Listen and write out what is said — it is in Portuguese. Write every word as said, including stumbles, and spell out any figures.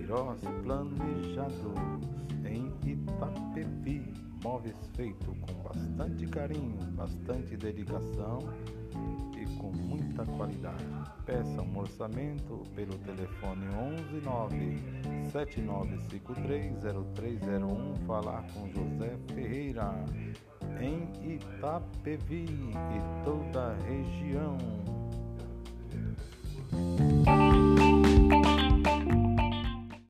Queiroz Planejados, em Itapevi. Móveis feitos com bastante carinho, bastante dedicação e com muita qualidade. Peça um orçamento pelo telefone onze nove sete nove cinco três zero três zero um. Falar com José Ferreira, em Itapevi e toda a região.